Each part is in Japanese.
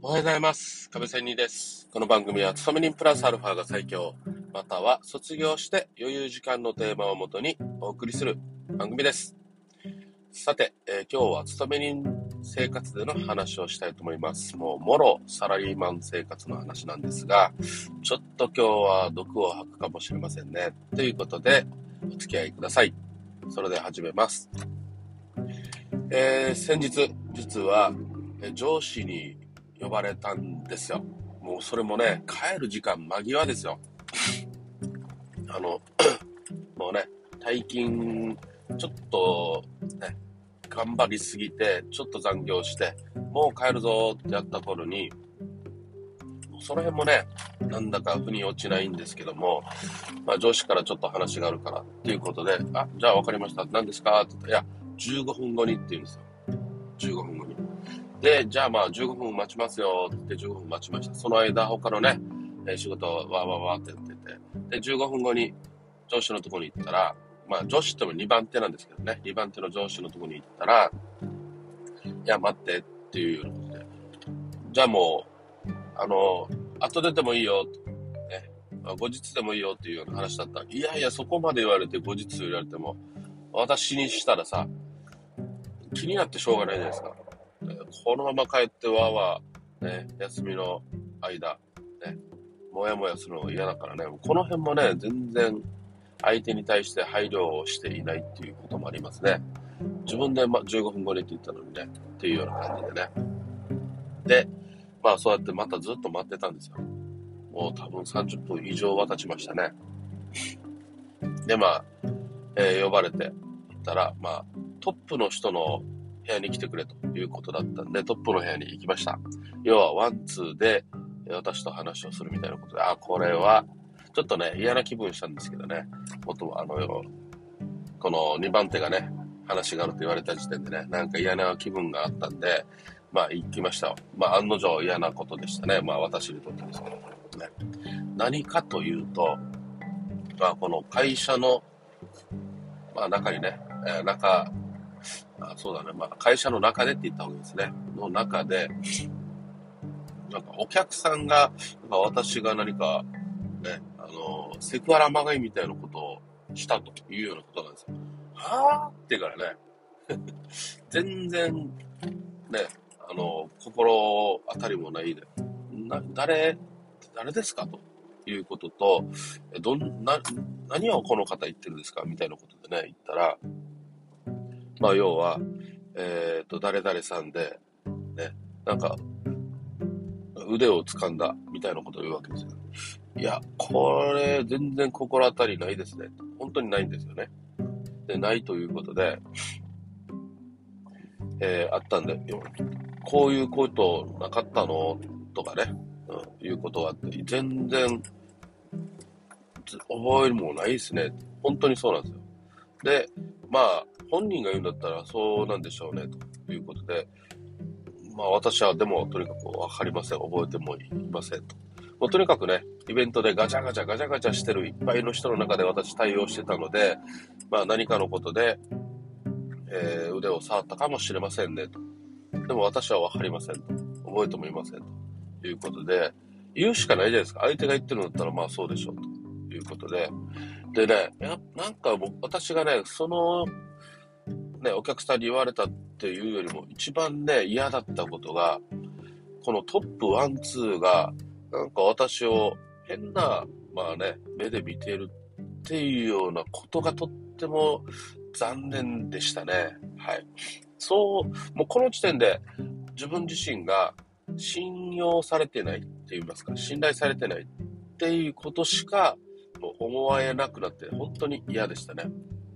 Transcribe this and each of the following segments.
おはようございます。亀仙人です。この番組は、勤め人プラスアルファが最強、または卒業して余裕時間のテーマをもとにお送りする番組です。さて、今日は勤め人生活での話をしたいと思います。もろサラリーマン生活の話なんですが、ちょっと今日は毒を吐くかもしれませんね。ということで、お付き合いください。それでは始めます。先日、実は上司に呼ばれたんですよ。もうそれもね、帰る時間間際ですよ。もうね、退勤、ちょっとね、頑張りすぎて、ちょっと残業して、もう帰るぞってやった頃に、その辺もね、なんだか腑に落ちないんですけども、上司からちょっと話があるからっていうことで、じゃあ分かりました。何ですかって言ったら、いや、15分後にって言うんですよ。15分後に。で、じゃあ15分待ちますよって15分待ちました。その間、他のね、仕事をわーってやってて、で、15分後に上司のところに行ったら、上司っても2番手なんですけどね、2番手の上司のところに行ったら、いや、待ってっていうようなことで、じゃあもう、後ででもいいよ、ね、後日でもいいよっていうような話だったら、いやいや、そこまで言われて後日言われても、私にしたらさ、気になってしょうがないじゃないですか。このまま帰ってね、休みの間、ね、もやもやするのが嫌だからね、この辺もね、全然相手に対して配慮をしていないっていうこともありますね。自分で15分後にって言ったのにね、っていうような感じでね。で、そうやってまたずっと待ってたんですよ。もう多分30分以上は経ちましたね。で、呼ばれて行ったら、トップの人の部屋に来てくれということだったんで、トップの部屋に行きました。要はワンツーで私と話をするみたいなことで、これはちょっとね、嫌な気分したんですけどね、この2番手がね、話があると言われた時点でね、なんか嫌な気分があったんで、行きましたよ。案の定嫌なことでしたね。私にとってですけどね。何かというと、この会社の、中にね、そうだね、会社の中でって言った方がいいですね。の中で、なんかお客さんが、私が何か、ね、セクハラまがいみたいなことをしたというようなことなんですよ。はぁってからね、全然、ね、心当たりもないで、誰ですかということと、何をこの方言ってるんですかみたいなことでね、言ったら、要は、誰々さんで、ね、なんか、腕を掴んだみたいなことを言うわけですよ。いや、これ全然心当たりないですね。本当にないんですよね。で、ないということで、あったんで、こういうことなかったのとかね、いうことがあって、全然覚えるもないですね。本当にそうなんですよ。で、本人が言うんだったらそうなんでしょうね、ということで、私はでもとにかくわかりません。覚えてもいませんと。もうとにかくね、イベントでガチャガチャしてるいっぱいの人の中で私対応してたので、何かのことで、腕を触ったかもしれませんねと。でも私はわかりませんと。覚えてもいませんということで、言うしかないじゃないですか。相手が言ってるんだったらそうでしょうということで。でね、なんか私がね、そのね、お客さんに言われたっていうよりも一番ね、嫌だったことが、このトップ1、2が、なんか私を変な、目で見ているっていうようなことがとっても残念でしたね。はい。もうこの時点で自分自身が信用されてないって言いますか、信頼されてないっていうことしかもう思えなくなって本当に嫌でしたね。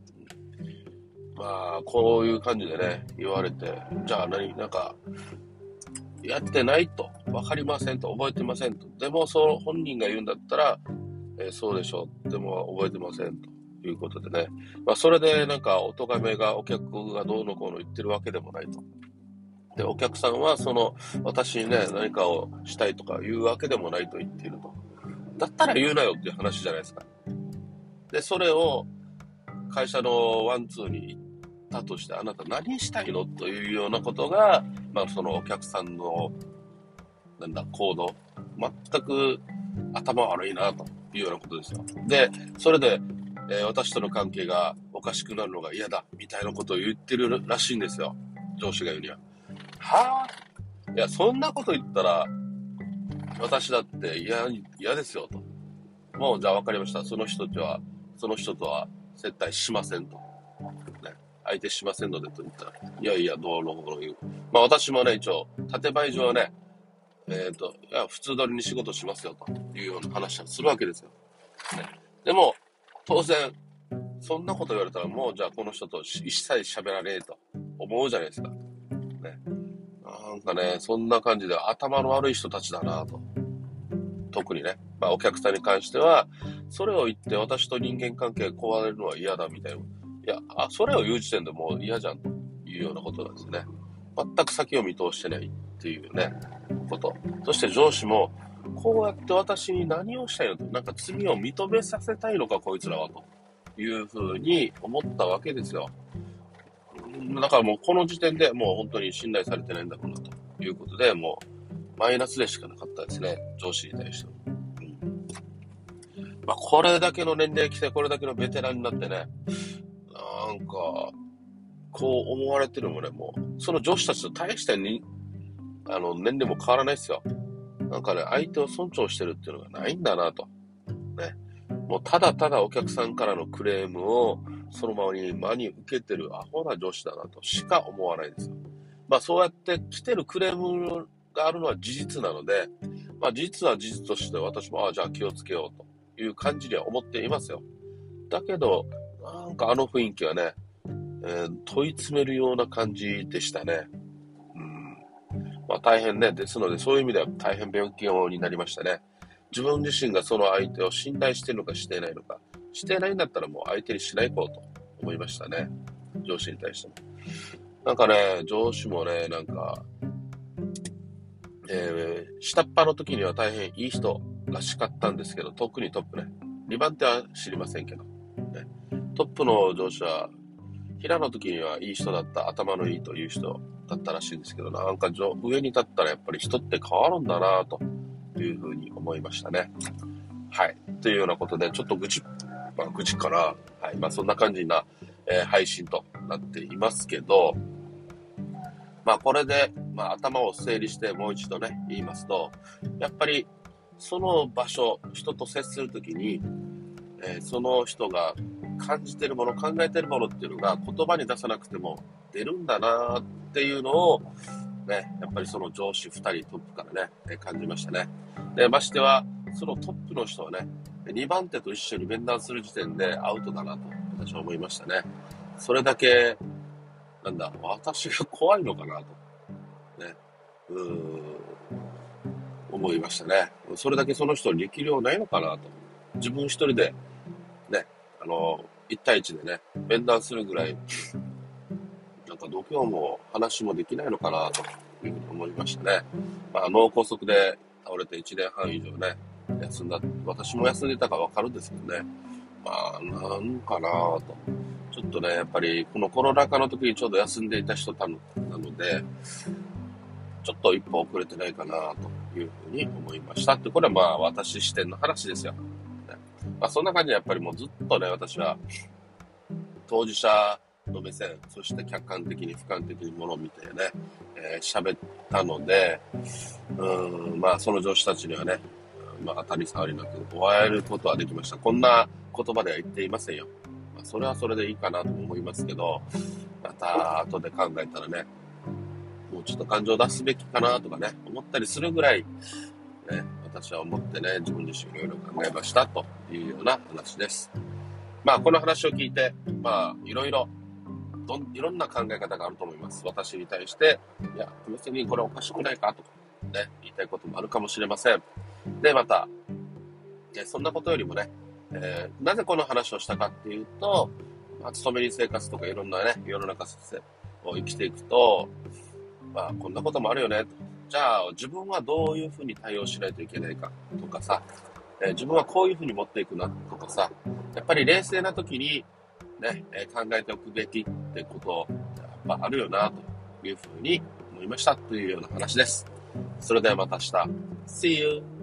こういう感じでね、言われて、じゃあなんか、やってないと、わかりませんと、覚えてませんと。でも、本人が言うんだったら、そうでしょう。でも、覚えてませんということでね。それで、なんか、お咎めが、お客がどうのこうの言ってるわけでもないと。で、お客さんは、私にね、何かをしたいとか言うわけでもないと言っていると。だったら言うなよっていう話じゃないですか。で、それを、会社のワンツーに言ったとして、あなた何したいのというようなことが、そのお客さんの行動。全く頭悪いな、というようなことですよ。で、それで、私との関係がおかしくなるのが嫌だ、みたいなことを言ってるらしいんですよ。上司が言うには。はぁ、いや、そんなこと言ったら、私だって嫌ですよ、と。もう、じゃあ分かりました。その人とは接待しませんと。ね。相手しませんのでと言ったら、いやいや、どうのこうの言う。まあ私もね、一応、建前上はね、いや、普通通りに仕事しますよ、というような話をするわけですよ。ね。でも、当然、そんなこと言われたら、もうじゃあこの人と一切喋らねえと思うじゃないですか。ね。なんかね、そんな感じで頭の悪い人たちだなと。特にね、まあお客さんに関しては、それを言って私と人間関係が壊れるのは嫌だみたいな。いや、それを言う時点でもう嫌じゃんというようなことなんですね。全く先を見通してないっていうね、こと。そして上司も、こうやって私に何をしたいのと、なんか罪を認めさせたいのか、こいつらはというふうに思ったわけですよ。だからもうこの時点でもう本当に信頼されてないんだろうなということで、もうマイナスでしかなかったですね、上司に対しても。まあ、これだけの年齢来て、これだけのベテランになってね、なんか、こう思われてるのもね、もう、その上司たちと大して年齢も変わらないですよ。なんかね、相手を尊重してるっていうのがないんだなと。ね。もうただただお客さんからのクレームをそのままに真に受けてるアホな上司だなとしか思わないですよ。まあそうやって来てるクレームがあるのは事実なので、まあ事実は事実として私も、じゃあ気をつけようという感じには思っていますよ。だけど、なんかあの雰囲気はね、問い詰めるような感じでしたね。まあ大変ね、ですのでそういう意味では大変勉強になりましたね。自分自身がその相手を信頼しているのかしていないのか。していないんだったらもう相手にしないこうと思いましたね。上司に対しても。なんかね、上司もね、なんか、下っ端の時には大変いい人らしかったんですけど、特にトップね。2番手は知りませんけど。ね、トップの上司は、平の時にはいい人だった、頭のいいという人だったらしいんですけど、なんか上に立ったらやっぱり人って変わるんだなというふうに思いましたね。はい。というようなことで、ちょっと愚痴かな。はい。まあそんな感じな、配信となっていますけど、まあこれで、まあ頭を整理してもう一度ね、言いますと、やっぱりその場所、人と接するときに、その人が感じてるもの、考えてるものっていうのが言葉に出さなくても出るんだなっていうのを、ね、やっぱりその上司2人トップからね、感じましたね。で、ましては、そのトップの人はね、2番手と一緒に面談する時点でアウトだなと私は思いましたね。それだけ、私が怖いのかなと、ね、思いましたね。それだけその人に力量ないのかなと。自分一人で、ね、1対1でね、面談するぐらい、なんか度胸も話もできないのかなというふうに思いましたね。まあ、脳梗塞で倒れて1年半以上ね、休んだ、私も休んでたかわかるんですけどね。まあ、なんかなと。ちょっとね、やっぱりこのコロナ禍の時にちょうど休んでいた人なので、ちょっと一歩遅れてないかなというふうに思いました。って、これはまあ私視点の話ですよ。ね、まあそんな感じでやっぱりもうずっとね、私は当事者の目線、そして客観的に俯瞰的にものを見てね、喋ったので、まあその上司たちにはね、まあ当たり障りなく終えることはできました。こんな言葉では言っていませんよ。まあ、それはそれでいいかなと思いますけど、また後で考えたらね、もうちょっと感情を出すべきかなとかね、思ったりするぐらい、ね、私は思ってね、自分自身いろいろ考えましたというような話です。まあこの話を聞いて、まあいろんな考え方があると思います。私に対して、いや、別にこれおかしくないかとか、ね、言いたいこともあるかもしれません。で、また、そんなことよりもね、なぜこの話をしたかっていうと、まあ、勤め人生活とかいろんなね、世の中を生きていくと、まあ、こんなこともあるよね。じゃあ、自分はどういうふうに対応しないといけないかとかさ、自分はこういうふうに持っていくなとかさ、やっぱり冷静な時にね、考えておくべきってこと、やっぱあるよなというふうに思いましたというような話です。 それではまた明日。See you!